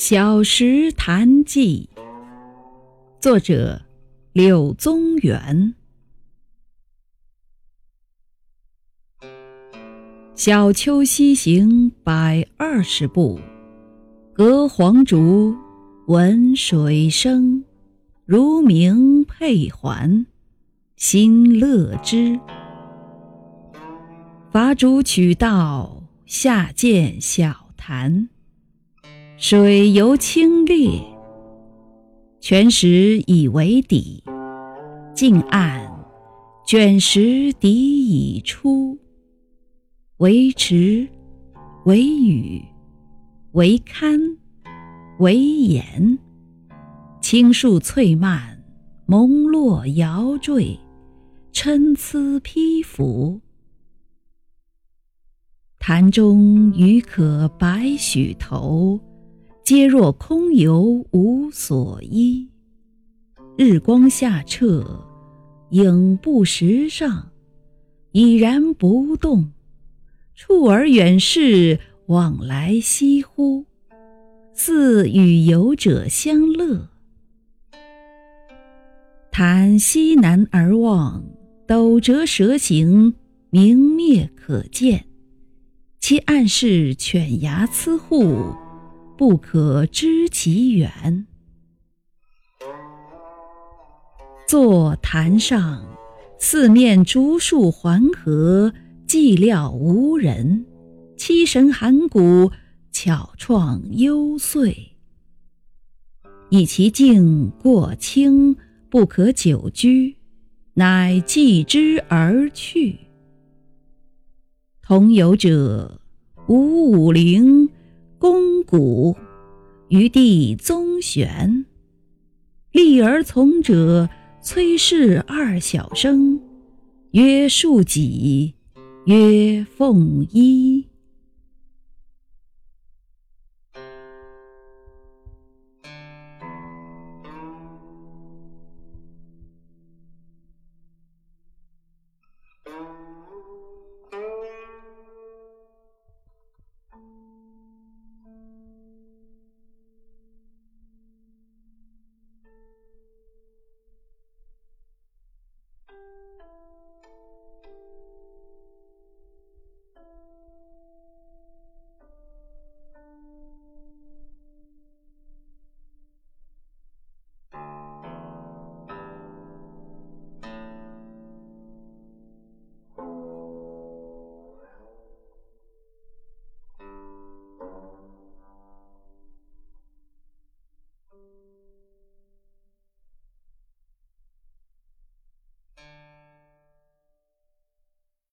小石潭记，作者柳宗元。小丘西行120步，隔黄竹，闻水声，如鸣佩环，心乐之。伐竹取道，下见小潭，水尤清冽，泉石已为底，近岸卷石底已出。为池，为屿，为龛，为岩，青树翠蔓，蒙络摇缀，参差披拂。潭中鱼可百许头，皆若空游无所依。日光下澈，影不时上，已然不动，触而远视，往来翕忽，似与游者相乐。潭西南而望，陡折蛇形，明灭可见，其岸势犬牙瑁户，不可知其远。坐潭上，四面竹树环合，寂寥无人，七神函谷，巧创幽邃。以其静过清，不可久居，乃弃之而去。同游者吴武陵、龚古、余弟宗玄。立而从者，崔氏二小生，曰庶几，曰凤衣。